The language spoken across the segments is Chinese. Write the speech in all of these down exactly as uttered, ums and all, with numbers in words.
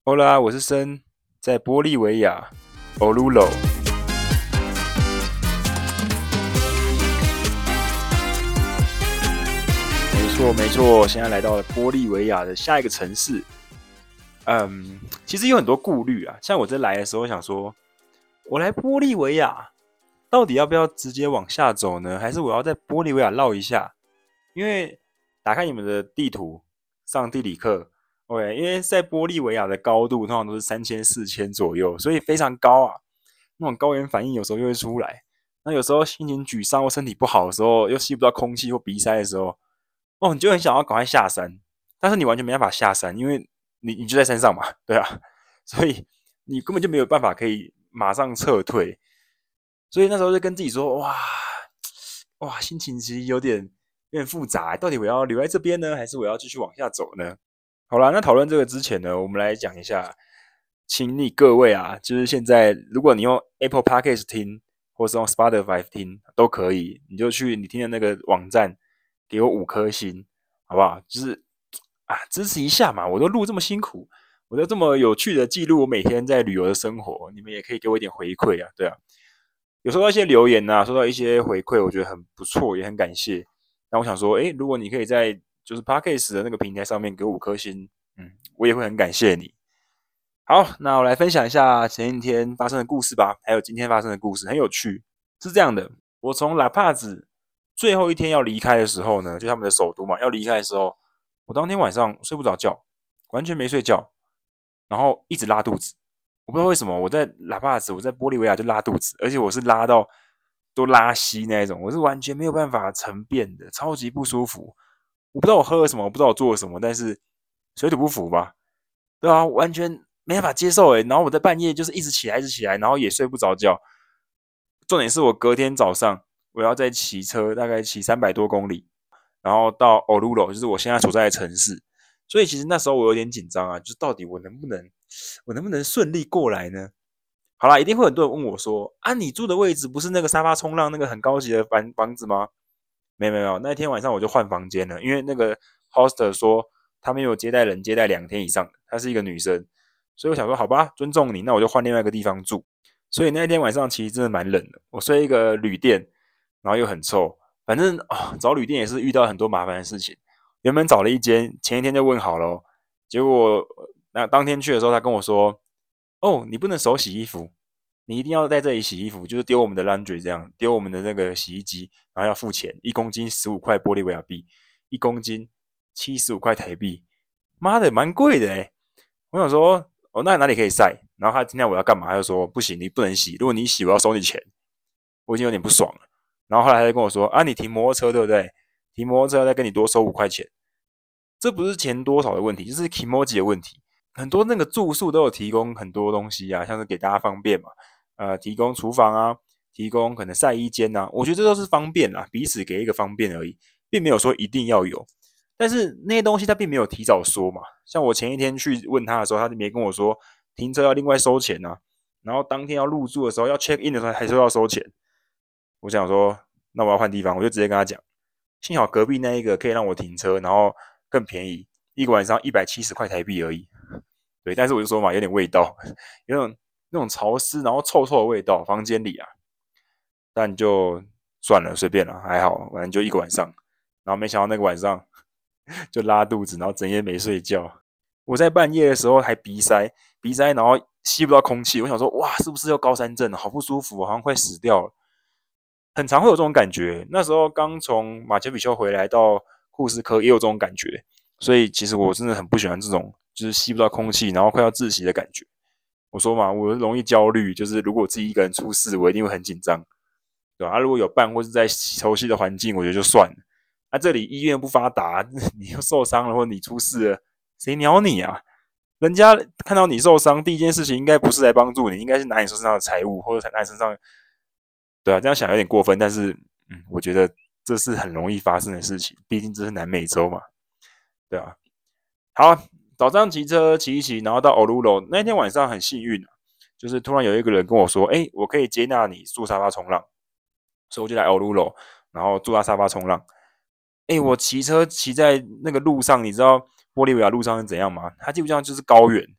Hola，我是森，在玻利维亚 Oruro。没错，没错，现在来到了玻利维亚的下一个城市。嗯，其实有很多顾虑啊。像我这来的时候想说，我来玻利维亚，到底要不要直接往下走呢？还是我要在玻利维亚绕一下？因为打开你们的地图，上地理课，OK，因为在玻利维亚的高度通常都是三千、四千左右，所以非常高啊。那种高原反应有时候就会出来。那有时候心情沮丧或身体不好的时候，又吸不到空气或鼻塞的时候，哦，你就很想要赶快下山，但是你完全没办法下山，因为你你就在山上嘛，对啊，所以你根本就没有办法可以马上撤退。所以那时候就跟自己说，哇哇，心情其实有点有点复杂，到底我要留在这边呢，还是我要继续往下走呢？好啦，那讨论这个之前呢，我们来讲一下，请你各位啊，就是现在如果你用 Apple Podcast 听，或是用 Spotify 听都可以，你就去你听的那个网站给我五颗星，好不好？就是啊，支持一下嘛，我都录这么辛苦，我都这么有趣的记录我每天在旅游的生活，你们也可以给我一点回馈啊，对啊。有收到一些留言呐、啊，收到一些回馈，我觉得很不错，也很感谢。那我想说，诶，如果你可以在就是 Podcast 的那个平台上面给我五颗星，嗯，我也会很感谢你。好，那我来分享一下前一天发生的故事吧，还有今天发生的故事，很有趣。是这样的，我从拉帕兹最后一天要离开的时候呢，就他们的首都嘛，要离开的时候，我当天晚上睡不着觉，完全没睡觉，然后一直拉肚子。我不知道为什么我在拉帕兹，我在玻利维亚就拉肚子，而且我是拉到都拉稀那一种，我是完全没有办法沉便的，超级不舒服。我不知道我喝了什么，我不知道我做了什么，但是水土不服吧，对啊，完全没办法接受诶。然后我在半夜就是一直起来，一直起来，然后也睡不着觉。重点是我隔天早上我要再骑车，大概骑三百多公里，然后到 Oruro，就是我现在所在的城市。所以其实那时候我有点紧张啊，就是到底我能不能，我能不能顺利过来呢？好啦，一定会很多人问我说：“啊，你住的位置不是那个沙发冲浪那个很高级的房房子吗？”没有没有，那天晚上我就换房间了，因为那个 hoster 说他没有接待人接待两天以上的，她是一个女生，所以我想说好吧，尊重你，那我就换另外一个地方住。所以那天晚上其实真的蛮冷的，我睡一个旅店，然后又很臭，反正啊、哦、找旅店也是遇到很多麻烦的事情。原本找了一间，前一天就问好了、哦，结果那当天去的时候，他跟我说：“哦，你不能手洗衣服，你一定要在这里洗衣服，就是丢我们的 laundry 这样，丢我们的那个洗衣机，然后要付钱，一公斤十五块玻利维亚币，一公斤七十五块台币，妈的，蛮贵的诶。”我想说，哦，那哪里可以晒？然后他今天我要干嘛？他就说不行，你不能洗，如果你洗，我要收你钱。我已经有点不爽了。然后后来他就跟我说：“啊，你停摩托车对不对？停摩托车再跟你多收五块钱。”这不是钱多少的问题，就是 Kimoji 的问题。很多那个住宿都有提供很多东西啊，像是给大家方便嘛，呃，提供厨房啊，提供可能晒衣间啊，我觉得这都是方便啦，彼此给一个方便而已，并没有说一定要有。但是那些东西他并没有提早说嘛，像我前一天去问他的时候，他就没跟我说停车要另外收钱啊，然后当天要入住的时候要 check in 的时候还说要收钱。我想说，那我要换地方，我就直接跟他讲。幸好隔壁那一个可以让我停车，然后更便宜，一个晚上一百七十块台币而已。对，但是我就说嘛，有点味道，有种那种潮湿然后臭臭的味道，房间里啊。但就算了，随便了，还好，反正就一个晚上。然后没想到那个晚上就拉肚子，然后整夜没睡觉。我在半夜的时候还鼻塞，鼻塞，然后吸不到空气。我想说，哇，是不是又高山症了？好不舒服，好像快死掉了。很常会有这种感觉。那时候刚从马丘比丘回来到库斯科，也有这种感觉。所以其实我真的很不喜欢这种就是吸不到空气，然后快要窒息的感觉。我说嘛，我容易焦虑，就是如果自己一个人出事，我一定会很紧张，对吧？啊，如果有伴或是在熟悉的环境，我觉得就算了。啊，这里医院不发达，你又受伤了或者你出事了，谁鸟你啊？人家看到你受伤，第一件事情应该不是来帮助你，应该是拿你身上的财物或者拿你身上，对啊，这样想有点过分，但是嗯，我觉得这是很容易发生的事情，毕竟这是南美洲嘛，对啊。好，早上骑车骑一骑，然后到 Oruro 那天晚上很幸运啊，就是突然有一个人跟我说，哎，我可以接纳你住沙发冲浪，所以我就来 Oruro，然后住在沙发冲浪。哎，我骑车骑在那个路上，你知道玻利维亚路上是怎样吗？它基本上就是高原，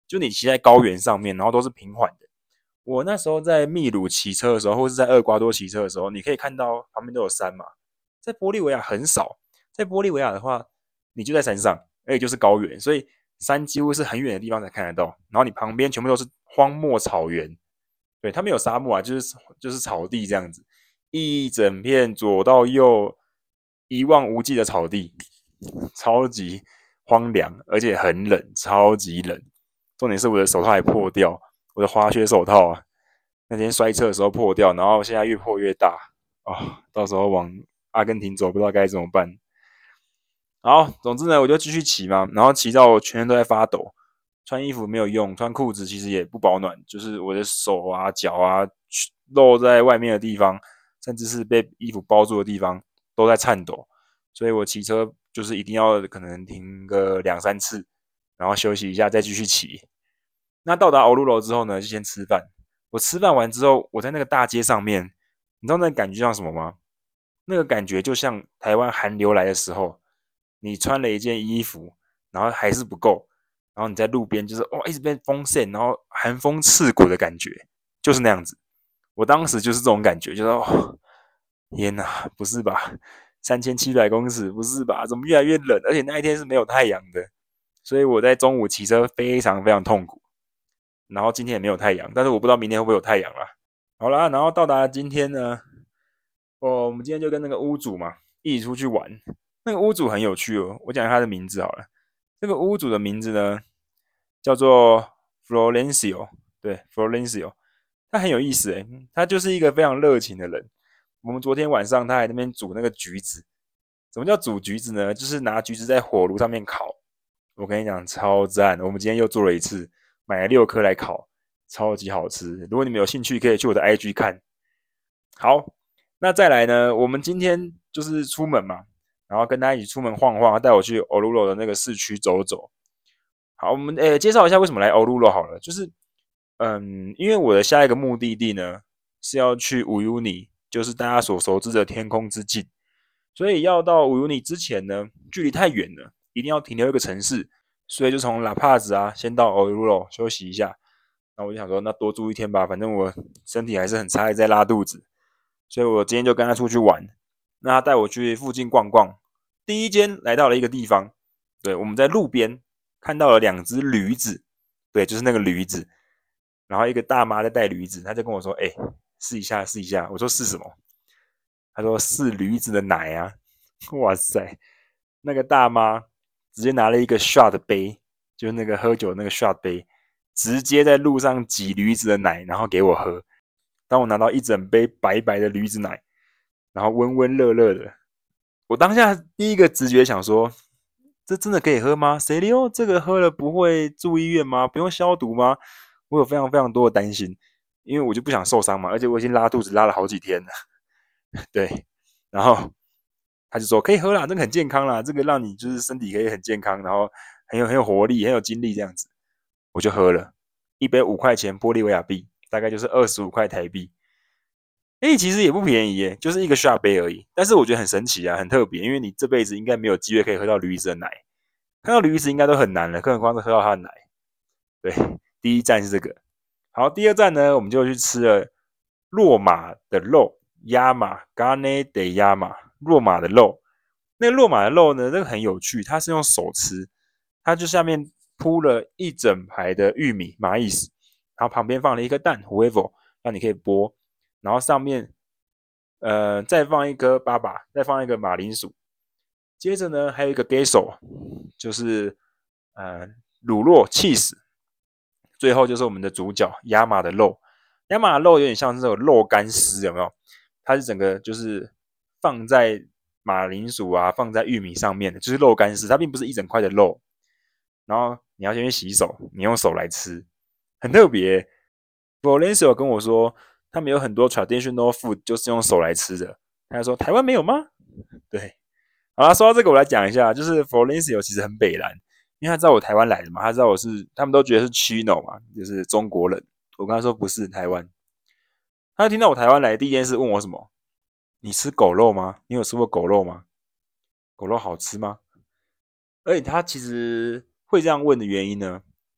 就你骑在高原上面，然后都是平缓的。我那时候在秘鲁骑车的时候，或是在厄瓜多骑车的时候，你可以看到旁边都有山嘛。在玻利维亚很少，在玻利维亚的话，你就在山上，而且就是高原，所以山几乎是很远的地方才看得到。然后你旁边全部都是荒漠草原，对，它没有沙漠啊，就是就是草地这样子，一整片左到右一望无际的草地，超级荒凉，而且很冷，超级冷。重点是我的手套还破掉，我的滑雪手套啊，那天摔车的时候破掉，然后现在越破越大啊、哦，到时候往阿根廷走，不知道该怎么办。好，总之呢，我就继续骑嘛，然后骑到我全身都在发抖，穿衣服没有用，穿裤子其实也不保暖，就是我的手啊、脚啊露在外面的地方，甚至是被衣服包住的地方都在颤抖，所以我骑车就是一定要可能停个两三次，然后休息一下再继续骑。那到达欧鲁楼之后呢，就先吃饭。我吃饭完之后，我在那个大街上面，你知道那个感觉像什么吗？那个感觉就像台湾寒流来的时候，你穿了一件衣服，然后还是不够，然后你在路边就是哇一直被风扇，然后寒风刺骨的感觉，就是那样子。我当时就是这种感觉，就是哦，天哪，不是吧？三千七百公尺，不是吧？怎么越来越冷？而且那一天是没有太阳的，所以我在中午骑车非常非常痛苦。然后今天也没有太阳，但是我不知道明天会不会有太阳啦。好啦，然后到达今天呢，哦，我们今天就跟那个屋主嘛一起出去玩。那个屋主很有趣哦，我讲他的名字好了。这个屋主的名字呢叫做 Florencio， 对 Florencio， 他很有意思诶，他就是一个非常热情的人。我们昨天晚上他还在那边煮那个橘子。什么叫煮橘子呢？就是拿橘子在火炉上面烤。我跟你讲，超赞！我们今天又做了一次，买了六颗来烤，超级好吃。如果你们有兴趣，可以去我的 I G 看。好，那再来呢？我们今天就是出门嘛，然后跟他一起出门晃晃，带我去欧鲁罗的那个市区走走。好，我们诶介绍一下为什么来欧鲁罗好了，就是嗯，因为我的下一个目的地呢是要去乌尤尼，就是大家所熟知的天空之镜。所以要到乌尤尼之前呢，距离太远了，一定要停留一个城市，所以就从拉帕兹啊，先到欧鲁罗休息一下。那我就想说，那多住一天吧，反正我身体还是很差，在拉肚子，所以我今天就跟他出去玩。那他带我去附近逛逛。第一间来到了一个地方，对，我们在路边看到了两只驴子，对，就是那个驴子。然后一个大妈在带驴子，他就跟我说：“哎、欸，试一下，试一下。”我说：“试什么？”他说：“试驴子的奶啊！”哇塞，那个大妈直接拿了一个 shot 杯，就是那个喝酒的那个 shot 杯，直接在路上挤驴子的奶，然后给我喝。当我拿到一整杯白白的驴子奶，然后温温热热的，我当下第一个直觉想说：这真的可以喝吗？谁溜？这个喝了不会住医院吗？不用消毒吗？我有非常非常多的担心，因为我就不想受伤嘛，而且我已经拉肚子拉了好几天了。对，然后他就说可以喝啦，这个很健康啦，这个让你就是身体可以很健康，然后很有很有活力，很有精力这样子。我就喝了一杯五块钱玻利维亚币，大概就是二十五块台币。哎，其实也不便宜耶，就是一个 shot 杯而已。但是我觉得很神奇啊，很特别，因为你这辈子应该没有机会可以喝到驴子的奶，看到驴子应该都很难了，更何况是喝到它的奶。对，第一站是这个。好，第二站呢，我们就去吃了骆马的肉，鸭马 （Carne de llama），骆马的肉。那个骆马的肉呢，那个很有趣，它是用手吃，它就下面铺了一整排的玉米 （maíz），然后旁边放了一颗蛋 （huevo），让你可以剥，然后上面呃再放一颗粑粑，再放一个马铃薯，接着呢还有一个 queso，就是呃乳酪 cheese，最后就是我们的主角亚马的肉。亚马的肉有点像是这种肉干丝，有没有？它是整个就是放在马铃薯啊，放在玉米上面的，就是肉干丝，它并不是一整块的肉。然后你要先去洗手，你用手来吃，很特别。Valencia 跟我说，他们有很多 traditional food 就是用手来吃的。他说台湾没有吗？对，好啦，说到这个我来讲一下，就是 Valencia 其实很北蓝，因为他知道我台湾来的嘛，他知道我是，他们都觉得是 Chino 嘛，就是中国人。我跟他说不是台湾，他听到我台湾来，第一件事问我什么？你吃狗肉吗？你有吃过狗肉吗？狗肉好吃吗？而且他其实会这样问的原因呢，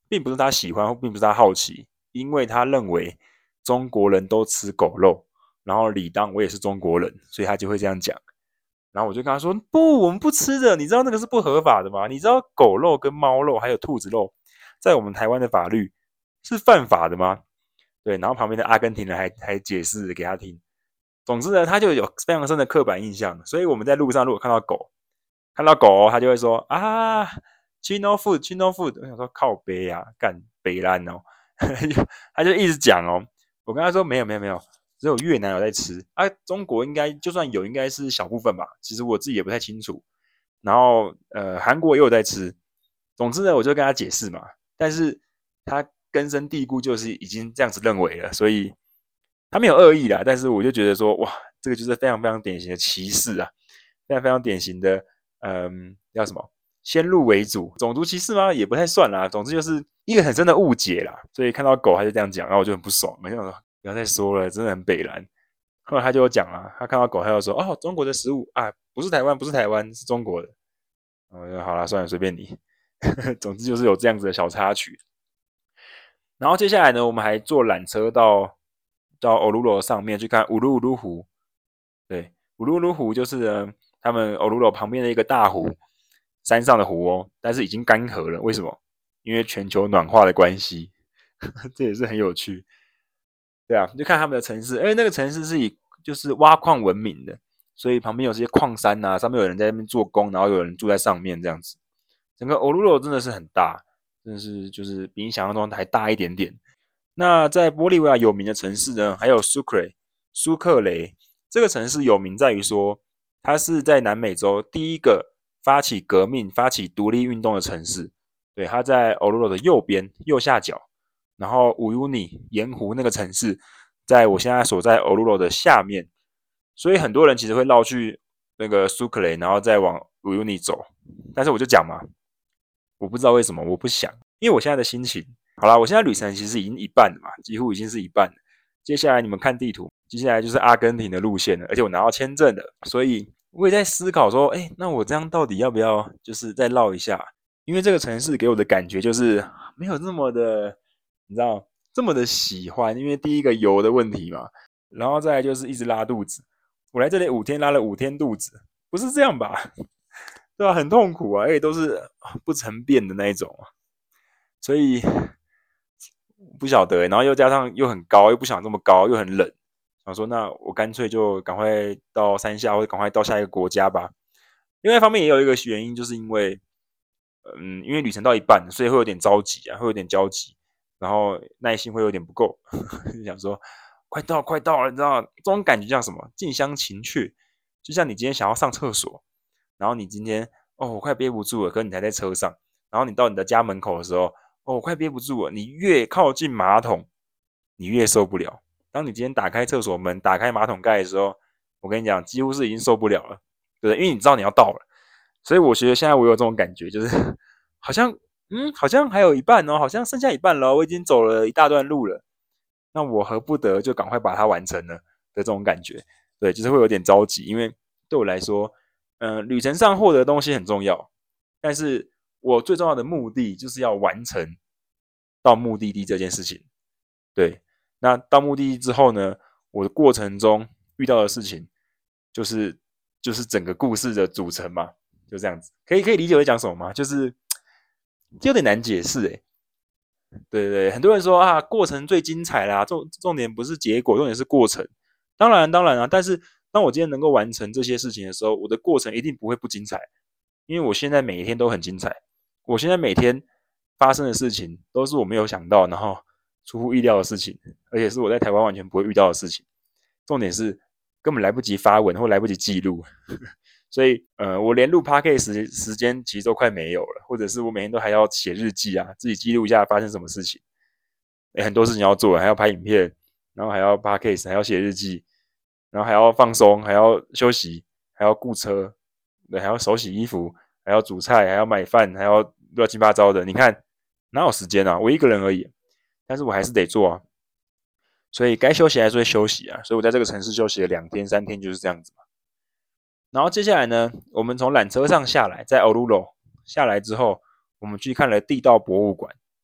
并不是他喜欢，或并不是他好奇，因为他认为中国人都吃狗肉，然后理当我也是中国人，所以他就会这样讲。然后我就跟他说：不，我们不吃的，你知道那个是不合法的吗？你知道狗肉跟猫肉还有兔子肉，在我们台湾的法律是犯法的吗？对，然后旁边的阿根廷人还还解释给他听。总之呢，他就有非常深的刻板印象，所以我们在路上如果看到狗，看到狗、哦，他就会说啊 ，Chino food，Chino food。我想说靠北啊，干北烂哦，他就一直讲哦。我跟他说没有没有没有，只有越南有在吃啊，中国应该就算有，应该是小部分吧。其实我自己也不太清楚。然后呃，韩国也有在吃。总之呢，我就跟他解释嘛，但是他根深蒂固就是已经这样子认为了，所以他没有恶意啦。但是我就觉得说，哇，这个就是非常非常典型的歧视啊，非常非常典型的，嗯，叫什么？先入为主，种族歧视吗？也不太算啦。总之就是一个很深的误解啦。所以看到狗他就这样讲，然后我就很不爽，没想到不要再说了，真的很北蓝。后来他就有讲啦，他看到狗他就说：“哦，中国的食物啊，不是台湾，不是台湾，是中国的。”我就好啦，算了，随便你。总之就是有这样子的小插曲。然后接下来呢，我们还坐缆车到到欧鲁罗上面去看乌鲁乌鲁湖。对，乌鲁乌鲁湖就是呢他们欧鲁罗旁边的一个大湖，山上的湖哦，但是已经干涸了。为什么？因为全球暖化的关系。这也是很有趣。对啊，就看他们的城市，因为那个城市是以就是挖矿闻名的，所以旁边有这些矿山啊，上面有人在那边做工，然后有人住在上面这样子。整个欧鲁罗真的是很大，真的是就是比你想象中还大一点点。那在玻利维亚有名的城市呢，还有苏克雷，苏克雷这个城市有名在于说，它是在南美洲第一个发起革命、发起独立运动的城市。对，它在欧鲁罗的右边右下角。然后乌尤尼盐湖那个城市，在我现在所在欧鲁罗的下面，所以很多人其实会绕去那个苏克雷，然后再往乌尤尼走。但是我就讲嘛，我不知道为什么我不想，因为我现在的心情，好啦，我现在旅程其实已经一半了嘛，几乎已经是一半了。接下来你们看地图，接下来就是阿根廷的路线了，而且我拿到签证了，所以我也在思考说，哎，那我这样到底要不要就是再绕一下？因为这个城市给我的感觉就是没有那么的。你知道这么的喜欢，因为第一个油的问题嘛，然后再来就是一直拉肚子。我来这里五天拉了五天肚子，不是这样吧？对吧、啊？很痛苦啊，而且都是不成便的那一种，所以不晓得、欸。然后又加上又很高，又不想这么高，又很冷，想说那我干脆就赶快到山下，或者赶快到下一个国家吧。另外一方面也有一个原因，就是因为嗯，因为旅程到一半，所以会有点着急啊，会有点焦急。然后耐心会有点不够，就想说快到快到了，你知道这种感觉像什么？近乡情怯，就像你今天想要上厕所，然后你今天哦我快憋不住了，可是你还在车上，然后你到你的家门口的时候，哦我快憋不住了，你越靠近马桶，你越受不了。当你今天打开厕所门、打开马桶盖的时候，我跟你讲，几乎是已经受不了了，对不对？因为你知道你要到了，所以我觉得现在我有这种感觉，就是好像。嗯，好像还有一半哦，好像剩下一半了，我已经走了一大段路了，那我何不得就赶快把它完成了的这种感觉。对，就是会有点着急，因为对我来说，嗯、呃，旅程上获得的东西很重要，但是我最重要的目的就是要完成到目的地这件事情。对，那到目的地之后呢，我的过程中遇到的事情，就是就是整个故事的组成嘛，就这样子。可以可以理解我在讲什么吗？就是有点难解释诶。对对对，很多人说啊，过程最精彩啦，重重点不是结果，重点是过程。当然当然啊，但是当我今天能够完成这些事情的时候，我的过程一定不会不精彩，因为我现在每一天都很精彩。我现在每天发生的事情都是我没有想到，然后出乎意料的事情，而且是我在台湾完全不会遇到的事情。重点是根本来不及发文或来不及记录。所以，呃，我连录 podcast 时间其实都快没有了，或者是我每天都还要写日记啊，自己记录一下发生什么事情。欸、很多事情要做，还要拍影片，然后还要 podcast，还要写日记，然后还要放松，还要休息，还要顾车，对，还要手洗衣服，还要煮菜，还要买饭，还要乱七八糟的。你看哪有时间啊？我一个人而已，但是我还是得做啊。所以该休息还是会休息啊。所以我在这个城市休息了两天、三天，就是这样子嘛。然后接下来呢，我们从缆车上下来，在欧鲁罗下来之后，我们去看了地道博物馆。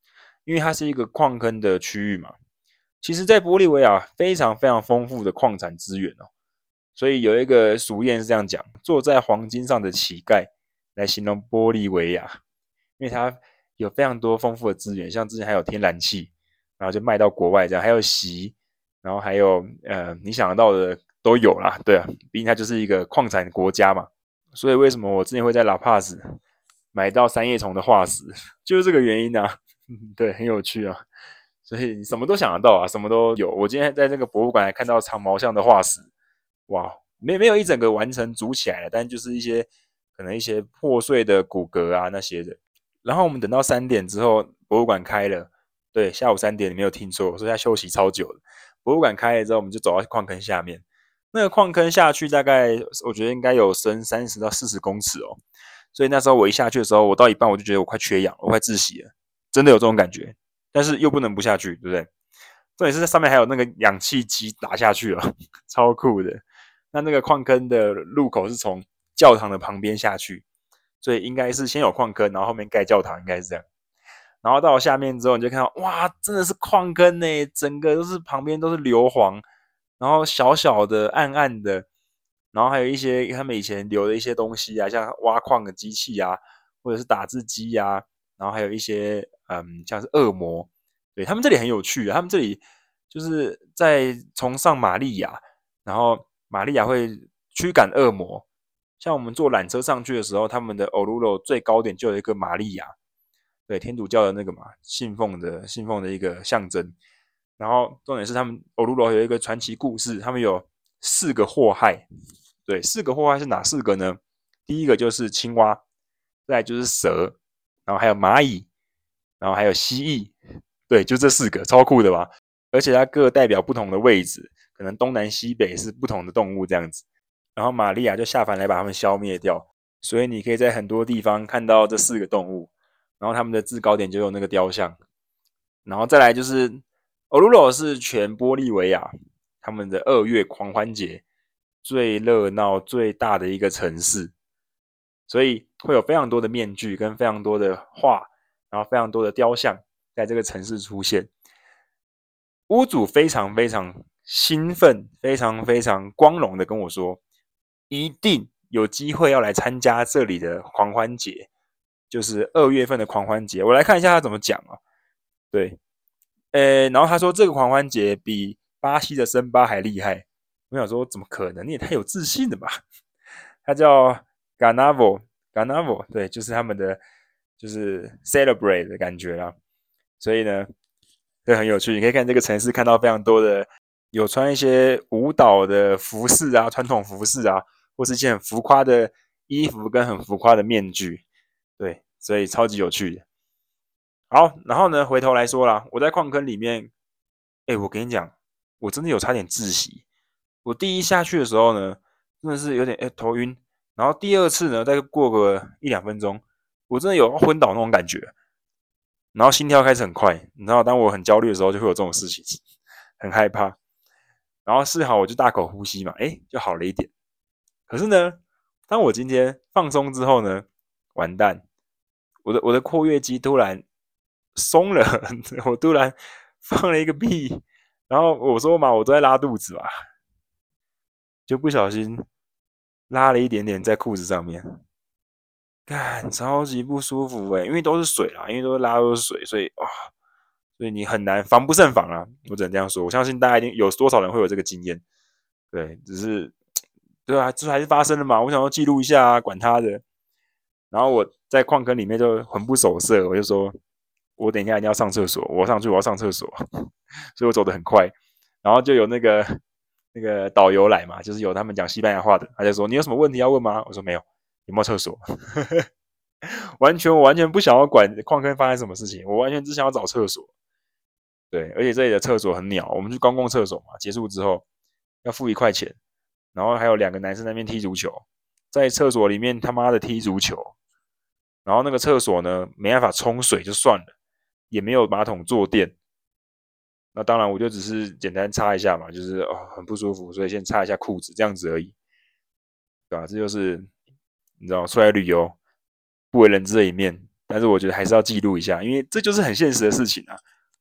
因为它是一个矿坑的区域嘛。其实在玻利维亚非常非常丰富的矿产资源哦，所以有一个俗谚是这样讲：坐在黄金上的乞丐，来形容玻利维亚，因为它有非常多丰富的资源，像之前还有天然气，然后就卖到国外这样，还有锡，然后还有呃你想得到的都有啦，对啊，毕竟它就是一个矿产国家嘛。所以为什么我之前会在拉帕斯买到三叶虫的化石，就是这个原因啊。对，很有趣啊。所以你什么都想得到啊，什么都有。我今天在这个博物馆还看到长毛象的化石，哇，没没有一整个完成组起来了，但就是一些可能一些破碎的骨骼啊那些的。然后我们等到三点之后，博物馆开了，对，下午三点你没有听错，所以他休息超久的。博物馆开了之后，我们就走到矿坑下面，那个矿坑下去大概我觉得应该有深三十到四十公尺哦。所以那时候我一下去的时候，我到一半我就觉得我快缺氧，我快窒息了，真的有这种感觉。但是又不能不下去，对不对？重点是在上面还有那个氧气机打下去了，超酷的。那那个矿坑的入口是从教堂的旁边下去，所以应该是先有矿坑，然后后面盖教堂，应该是这样。然后到了下面之后，你就看到哇，真的是矿坑呢，整个都是旁边都是硫磺，然后小小的、暗暗的，然后还有一些他们以前留的一些东西啊，像挖矿的机器啊，或者是打字机啊，然后还有一些嗯，像是恶魔。对，他们这里很有趣，他们这里就是在崇尚玛利亚，然后玛利亚会驱赶恶魔。像我们坐缆车上去的时候，他们的欧鲁罗最高点就有一个玛利亚，对，天主教的那个嘛，信奉的信奉的一个象征。然后重点是他们欧鲁罗有一个传奇故事，他们有四个祸害。对，四个祸害是哪四个呢？第一个就是青蛙，再来就是蛇，然后还有蚂蚁，然后还有蜥蜴。对，就这四个，超酷的吧？而且它各代表不同的位置，可能东南西北是不同的动物这样子。然后玛利亚就下凡来把它们消灭掉，所以你可以在很多地方看到这四个动物，然后他们的制高点就有那个雕像。然后再来就是欧鲁罗是全玻利维亚他们的二月狂欢节最热闹最大的一个城市，所以会有非常多的面具跟非常多的画，然后非常多的雕像在这个城市出现。屋主非常非常兴奋，非常非常光荣的跟我说，一定有机会要来参加这里的狂欢节，就是二月份的狂欢节。我来看一下他怎么讲啊。对，呃，然后他说这个狂欢节比巴西的森巴还厉害。我想说怎么可能？你也太有自信了吧？他叫 Carnaval，Carnaval， 对，就是他们的就是 celebrate 的感觉啦。所以呢，这很有趣。你可以看这个城市，看到非常多的有穿一些舞蹈的服饰啊，传统服饰啊，或是一些很浮夸的衣服跟很浮夸的面具。对，所以超级有趣的。好，然后呢，回头来说啦，我在矿坑里面，哎，我跟你讲，我真的有差点窒息。我第一下去的时候呢，真的是有点哎头晕，然后第二次呢，再过个一两分钟，我真的有昏倒那种感觉，然后心跳开始很快。你知道，当我很焦虑的时候，就会有这种事情，很害怕。然后试好我就大口呼吸嘛，哎，就好了一点。可是呢，当我今天放松之后呢，完蛋，我的我的括约肌突然松了，我突然放了一个屁，然后我说嘛，我都在拉肚子嘛，就不小心拉了一点点在裤子上面，干超级不舒服诶、欸，因为都是水啦，因为都是拉都是水，所以啊、哦，所以你很难防不胜防啊，我只能这样说。我相信大家一定有多少人会有这个经验，对，只是对啊，这还是发生了嘛，我想要记录一下啊，管他的。然后我在矿坑里面就魂不守舍，我就说，我等一下一定要上厕所，我上去我要上厕所，所以我走得很快。然后就有那个那个导游来嘛，就是有他们讲西班牙话的，他就说你有什么问题要问吗？我说没有，有没有厕所？完全我完全不想要管矿坑发生什么事情，我完全只想要找厕所。对，而且这里的厕所很鸟，我们去公共厕所嘛，结束之后要付一块钱，然后还有两个男生在那边踢足球，在厕所里面他妈的踢足球，然后那个厕所呢没办法冲水就算了，也没有马桶坐垫。那当然我就只是简单擦一下嘛，就是哦很不舒服，所以先擦一下裤子这样子而已，对吧？这就是你知道出来旅游不为人知的一面，但是我觉得还是要记录一下，因为这就是很现实的事情啊。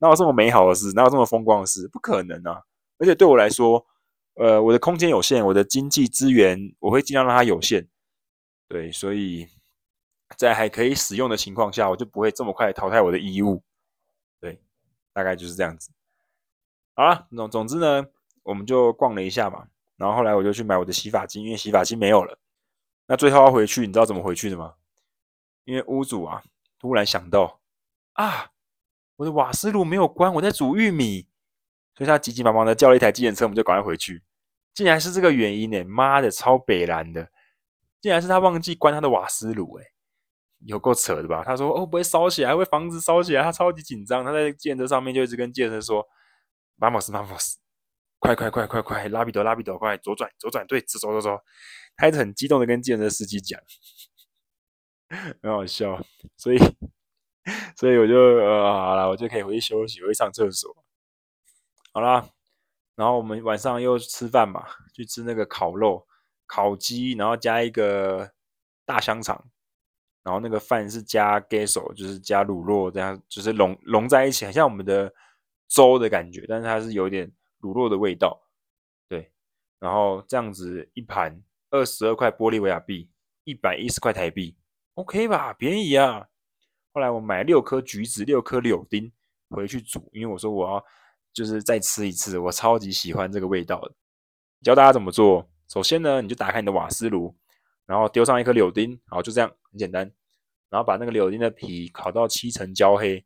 哪有这么美好的事？哪有这么风光的事？不可能啊！而且对我来说，呃，我的空间有限，我的经济资源我会尽量让它有限。对，所以在还可以使用的情况下，我就不会这么快淘汰我的衣物。对，大概就是这样子。好了，总总之呢，我们就逛了一下嘛，然后后来我就去买我的洗发精，因为洗发精没有了。那最后要回去，你知道怎么回去的吗？因为屋主啊，突然想到啊，我的瓦斯炉没有关，我在煮玉米，所以他急急忙忙的叫了一台计程车，我们就赶快回去。竟然是这个原因呢！妈的，超北蓝的，竟然是他忘记关他的瓦斯炉，哎，有够扯的吧？他说哦，不会烧起来，会房子烧起来，他超级紧张，他在计程车上面就一直跟计程车说 “vamos vamos”，快快快快快，拉比斗拉比斗，快左转左转，对，走走走，他一直很激动的跟计程车司机讲，很好笑，所以所以我就呃好了，我就可以回去休息，回去上厕所。好啦，然后我们晚上又吃饭嘛，去吃那个烤肉、烤鸡，然后加一个大香肠，然后那个饭是加 queso，就是加乳酪，这样就是融融在一起，很像我们的粥的感觉，但是它是有点乳酪的味道，对。然后这样子一盘二十二块玻利维亚币，一百一十块台币，OK 吧？便宜啊！后来我买六颗橘子，六颗柳丁回去煮，因为我说我要就是再吃一次，我超级喜欢这个味道的。教大家怎么做，首先呢，你就打开你的瓦斯炉，然后丢上一颗柳丁，好，就这样，很简单。然后把那个柳丁的皮烤到七成焦黑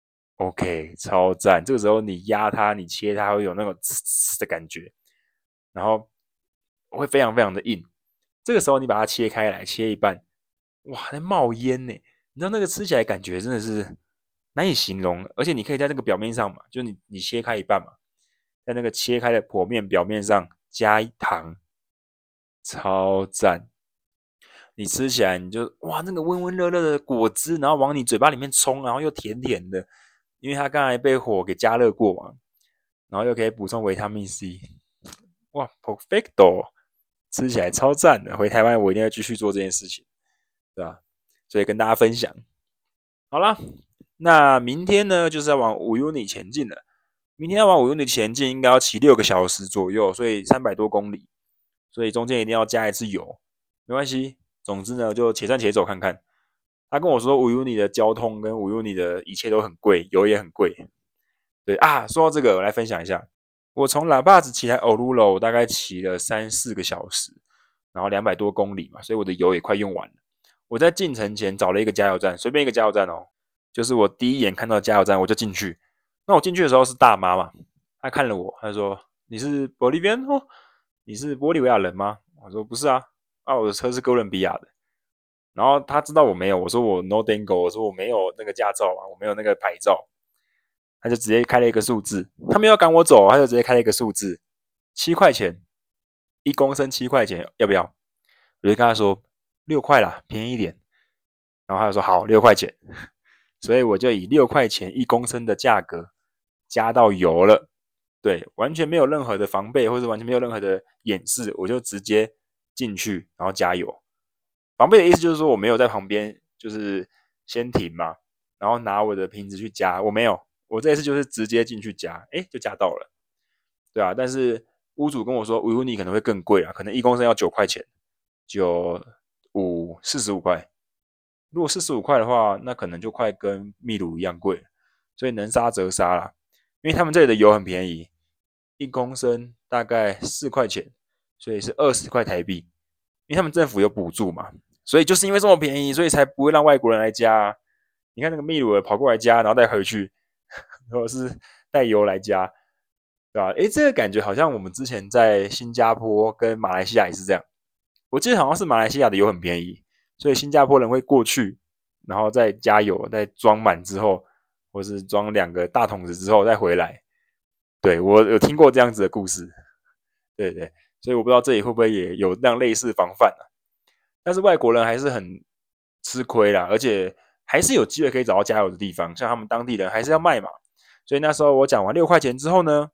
，OK，超赞。这个时候你压它，你切它会有那种呲呲的感觉，然后会非常非常的硬。这个时候你把它切开来，切一半，哇，在冒烟呢！你知道那个吃起来感觉真的是难以形容，而且你可以在那个表面上嘛，就你你切开一半嘛，在那个切开的剖面表面上加糖，超赞！你吃起来你就哇，那个温温热热的果汁，然后往你嘴巴里面冲，然后又甜甜的，因为它刚才被火给加热过嘛，然后又可以补充维他命 C，哇，perfecto，吃起来超赞的。回台湾我一定要继续做这件事情，对吧？所以跟大家分享。好啦，那明天呢就是要往五 uni 前进了。明天要往五 uni 前进，应该要骑六个小时左右，所以三百多公里，所以中间一定要加一次油。没关系，总之呢就且战且走看看。他跟我说五 uni 的交通跟五 uni 的一切都很贵，油也很贵。对啊，说到这个，我来分享一下。我从喇叭子骑来欧鲁楼，我大概骑了三四个小时，然后两百多公里嘛，所以我的油也快用完了。我在进城前找了一个加油站，随便一个加油站哦，就是我第一眼看到加油站我就进去。那我进去的时候是大妈嘛，她看了我，她说：“你是 Bolivian 哦？你是玻利维亚人吗？”我说：“不是啊，啊，我的车是哥伦比亚的。”然后她知道我没有，我说我 no dango，我说我没有那个驾照啊，我没有那个牌照。他就直接开了一个数字，他没有赶我走，他就直接开了一个数字，七块钱，一公升七块钱，要不要？我就跟他说六块啦，便宜一点。然后他就说好，六块钱。所以我就以六块钱一公升的价格加到油了，对，完全没有任何的防备，或者完全没有任何的掩饰，我就直接进去，然后加油。防备的意思就是说我没有在旁边，就是先停嘛，然后拿我的瓶子去加，我没有。我这一次就是直接进去加，哎，就加到了，对啊。但是屋主跟我说，维乌尼可能会更贵啊，可能一公升要九块钱，九五四十五块。如果四十五块的话，那可能就快跟秘鲁一样贵了，所以能杀则杀啦。因为他们这里的油很便宜，一公升大概四块钱，所以是二十块台币。因为他们政府有补助嘛，所以就是因为这么便宜，所以才不会让外国人来加啊。你看那个秘鲁的跑过来加，然后再回去。或者是带油来加，对吧？诶，这个感觉好像我们之前在新加坡跟马来西亚也是这样。我记得好像是马来西亚的油很便宜，所以新加坡人会过去，然后再加油，再装满之后，或是装两个大桶子之后再回来。对，我有听过这样子的故事，对对，所以我不知道这里会不会也有那样类似防范啊。但是外国人还是很吃亏啦，而且还是有机会可以找到加油的地方，像他们当地人还是要卖嘛。所以那时候我讲完六块钱之后呢，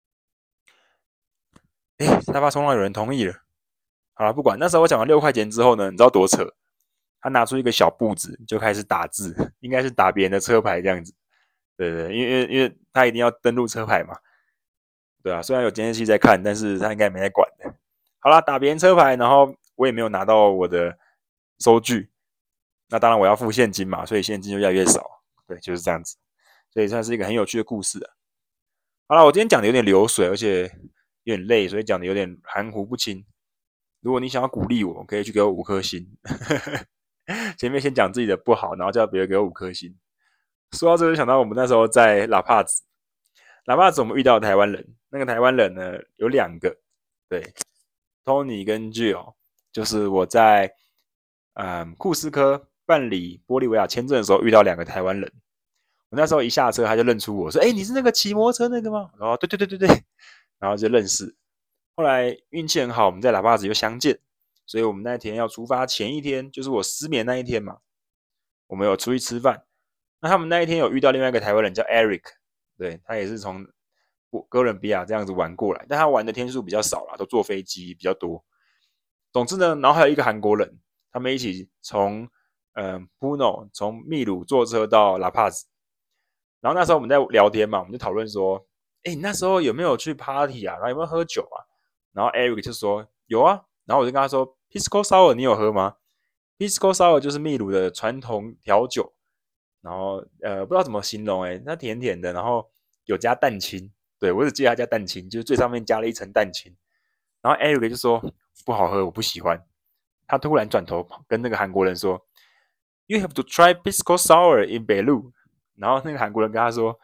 哎，沙发冲浪有人同意了。好了，不管。那时候我讲完六块钱之后呢，你知道多扯？他拿出一个小簿子就开始打字，应该是打别人的车牌这样子。 对对，因为因为他一定要登录车牌嘛，对啊，虽然有监视器在看，但是他应该没在管的。好啦，打别人车牌，然后我也没有拿到我的收据，那当然我要付现金嘛，所以现金就越来越少。对，就是这样子，所以算是一个很有趣的故事啊。好了，我今天讲的有点流水，而且有点累，所以讲的有点含糊不清。如果你想要鼓励我，可以去给我五颗星。前面先讲自己的不好，然后叫别人给我五颗星。说到这就想到我们那时候在拉帕子，拉帕子我们遇到台湾人，那个台湾人呢有两个，对 ，Tony 跟 Jill，就是我在嗯库斯科办理玻利维亚签证的时候遇到两个台湾人。我那时候一下车他就认出我说：“哎、欸，你是那个骑摩托车那个吗？”然后对对对对对，然后就认识。后来运气很好，我们在喇叭子又相见，所以我们那天要出发前一天，就是我失眠那一天嘛，我们有出去吃饭。那他们那一天有遇到另外一个台湾人叫 Eric， 对，他也是从哥伦比亚这样子玩过来，但他玩的天数比较少啦，都坐飞机比较多。总之呢，然后还有一个韩国人，他们一起从呃 Puno 从秘鲁坐车到拉帕兹。然后那时候我们在聊天嘛，我们就讨论说，哎，你那时候有没有去 party 啊？然后有没有喝酒啊？然后 Eric 就说有啊。然后我就跟他说 Pisco Sour 你有喝吗？ Pisco Sour 就是秘鲁的传统调酒，然后呃不知道怎么形容哎，它甜甜的，然后有加蛋清，对我只记得它加蛋清，就是最上面加了一层蛋清。然后 Eric 就说不好喝，我不喜欢。他突然转头跟那个韩国人说 You have to try Pisco Sour in Beirut。然后那个韩国人跟他说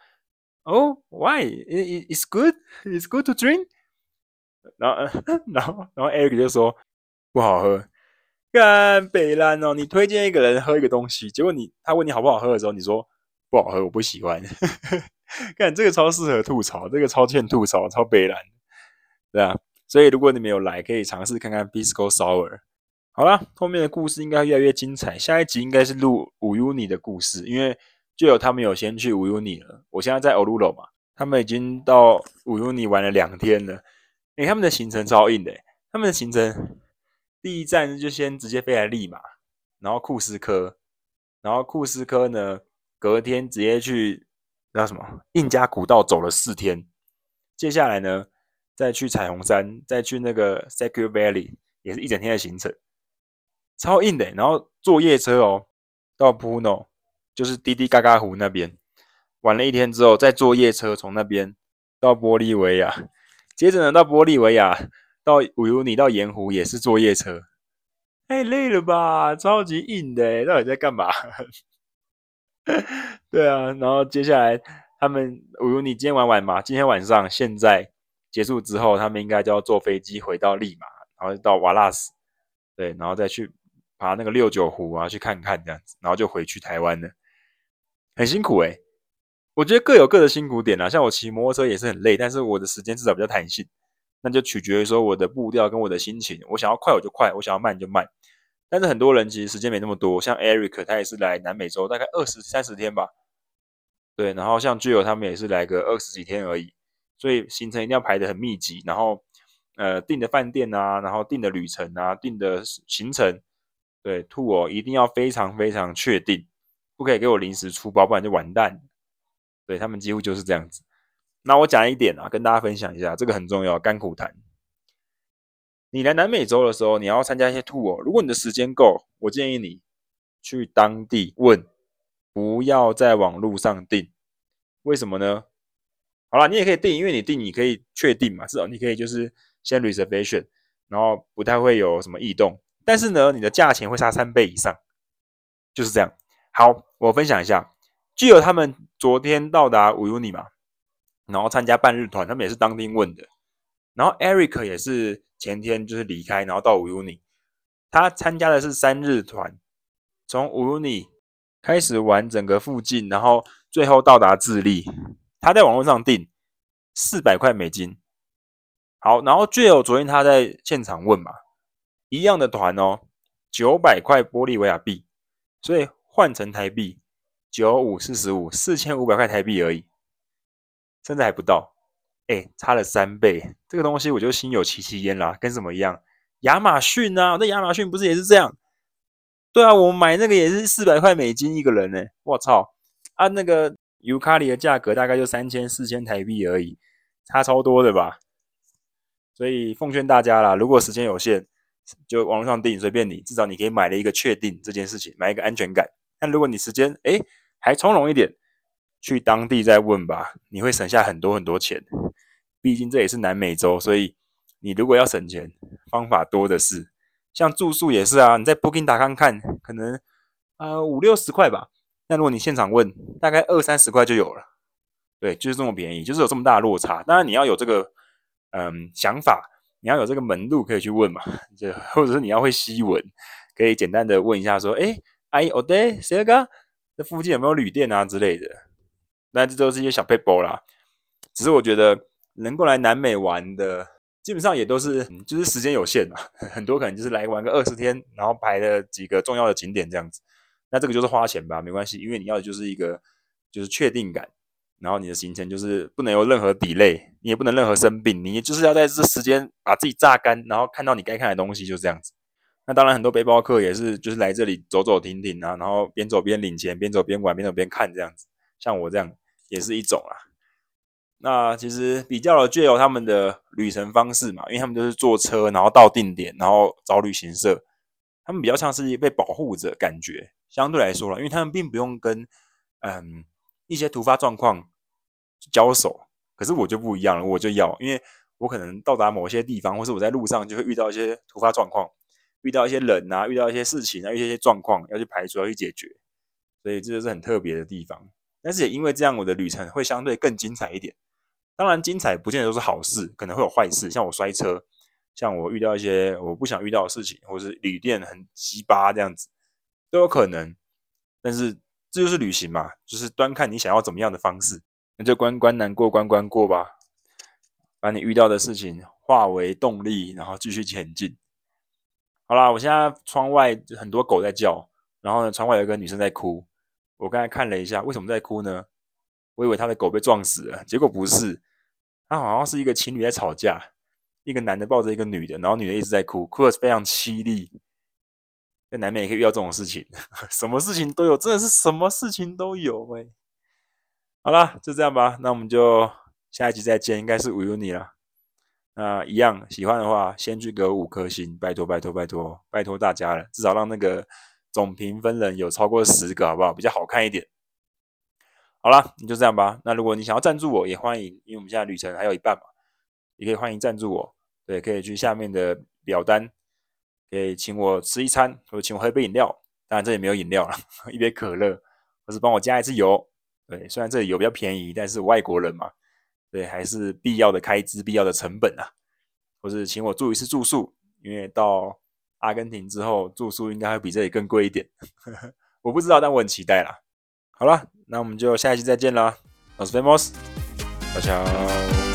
Oh why it's good it's good to drink。 然后然后然后 Eric 就说不好喝。干北兰哦，你推荐一个人喝一个东西，结果你他问你好不好喝的时候，你说不好喝，我不喜欢。干这个超适合吐槽，这个超欠吐槽，超北兰，对啊。所以如果你没有来，可以尝试看看 Pisco Sour。好啦，后面的故事应该越来越精彩，下一集应该是录五 Uni 的故事，因为就有他们有先去五 Uni 了，我现在在 Oruro 嘛，他们已经到五 Uni 玩了两天了。诶，他们的行程超硬的，他们的行程第一站就先直接飞来利马，然后库斯科，然后库斯科呢隔天直接去那什么印加古道走了四天，接下来呢再去彩虹山，再去那个 Secure Valley， 也是一整天的行程，超硬的。然后坐夜车哦，到 Puno， 就是滴滴嘎嘎湖那边，玩了一天之后，再坐夜车从那边到玻利维亚，接着呢到玻利维亚到乌尤尼到盐湖也是坐夜车，太累了吧，超级硬的，到底在干嘛？对啊，然后接下来他们乌尤尼今天玩完嘛，今天晚上现在结束之后，他们应该就要坐飞机回到利马，然后到瓦拉斯，对，然后再去爬那个六九湖啊，去看看这样子，然后就回去台湾了，很辛苦诶、欸。我觉得各有各的辛苦点啦，像我骑摩托车也是很累，但是我的时间至少比较弹性，那就取决于说我的步调跟我的心情，我想要快我就快，我想要慢就慢。但是很多人其实时间没那么多，像 Eric 他也是来南美洲大概二十三十天吧，对，然后像 Jill 他们也是来个二十几天而已，所以行程一定要排得很密集，然后呃订的饭店啊，然后订的旅程啊，订的行程，对，tour 一定要非常非常确定，不可以给我临时出包，不然就完蛋。对，他们几乎就是这样子。那我讲一点啊，跟大家分享一下，这个很重要，甘苦谈。你来南美洲的时候，你要参加一些 tour，如果你的时间够，我建议你去当地问，不要在网络上订。为什么呢？好啦，你也可以订，因为你订你可以确定嘛，至少你可以就是先 reservation，然后不太会有什么异动。但是呢，你的价钱会差三倍以上，就是这样。好，我分享一下，具有他们昨天到达乌尤尼嘛，然后参加半日团，他们也是当天问的。然后 Eric 也是前天就是离开，然后到乌尤尼，他参加的是三日团，从乌尤尼开始玩整个附近，然后最后到达智利。他在网络上订四百块美金。好，然后 Jill 昨天他在现场问嘛，一样的团哦，九百块玻利维亚币，所以换成台币九五四十五，四千五百块台币而已，甚至还不到。哎，差了三倍，这个东西我就心有戚戚焉啦，跟什么一样？亚马逊啊，那亚马逊不是也是这样？对啊，我买那个也是四百块美金一个人呢，我操！啊，那个尤卡里的价格大概就三千四千台币而已，差超多的吧。所以奉劝大家啦，如果时间有限，就网络上订随便你，至少你可以买了一个确定这件事情，买一个安全感。但如果你时间诶还从容一点，去当地再问吧，你会省下很多很多钱。毕竟这也是南美洲，所以你如果要省钱，方法多的是。像住宿也是啊，你在 Booking 打看看，可能呃五六十块吧。那如果你现场问，大概二三十块就有了。对，就是这么便宜，就是有这么大的落差。当然你要有这个嗯想法，你要有这个门路可以去问嘛，就或者是你要会西文，可以简单的问一下说，哎，阿姨，我的谁个？这附近有没有旅店啊之类的？那这都是一些小 paper 啦。只是我觉得能够来南美玩的，基本上也都是就是时间有限嘛，很多可能就是来玩个二十天，然后排了几个重要的景点这样子。那这个就是花钱吧，没关系，因为你要的就是一个就是确定感，然后你的行程就是不能有任何 delay，你也不能任何生病，你就是要在这时间把自己榨干，然后看到你该看的东西，就这样子。那当然，很多背包客也是就是来这里走走停停啊，然后边走边领钱，边走边玩，边走边看这样子。像我这样也是一种啊。那其实比较了就有他们的旅程方式嘛，因为他们就是坐车，然后到定点，然后找旅行社，他们比较像是被保护者感觉，相对来说了，因为他们并不用跟嗯一些突发状况交手。可是我就不一样了，我就要，因为我可能到达某些地方，或是我在路上就会遇到一些突发状况，遇到一些人啊，遇到一些事情啊，遇到一些状况要去排除，要去解决，所以这就是很特别的地方。但是也因为这样，我的旅程会相对更精彩一点。当然，精彩不见得都是好事，可能会有坏事，像我摔车，像我遇到一些我不想遇到的事情，或是旅店很鸡巴这样子，都有可能。但是这就是旅行嘛，就是端看你想要怎么样的方式，那就关关难过关关过吧，把你遇到的事情化为动力，然后继续前进。好啦，我现在窗外很多狗在叫，然后呢，窗外有一个女生在哭。我刚才看了一下，为什么在哭呢？我以为她的狗被撞死了，结果不是，她好像是一个情侣在吵架，一个男的抱着一个女的，然后女的一直在哭，哭得非常凄厉。在南美也可以遇到这种事情，什么事情都有，真的是什么事情都有哎、欸。好啦，就这样吧，那我们就下一集再见，应该是无忧你了。那一样喜欢的话，先去给我五颗星，拜托拜托拜托拜托大家了，至少让那个总评分人有超过十个，好不好？比较好看一点。好啦，你就这样吧。那如果你想要赞助我，也欢迎，因为我们现在旅程还有一半嘛，也可以欢迎赞助我。对，可以去下面的表单，可以请我吃一餐，或者请我喝一杯饮料。当然这里没有饮料了，一杯可乐，或是帮我加一次油。对，虽然这里油比较便宜，但是外国人嘛，对，还是必要的开支、必要的成本啊。或是请我住一次住宿，因为到阿根廷之后住宿应该会比这里更贵一点。我不知道，但我很期待啦。好了，那我们就下一期再见啦。我是 Famous， 大家。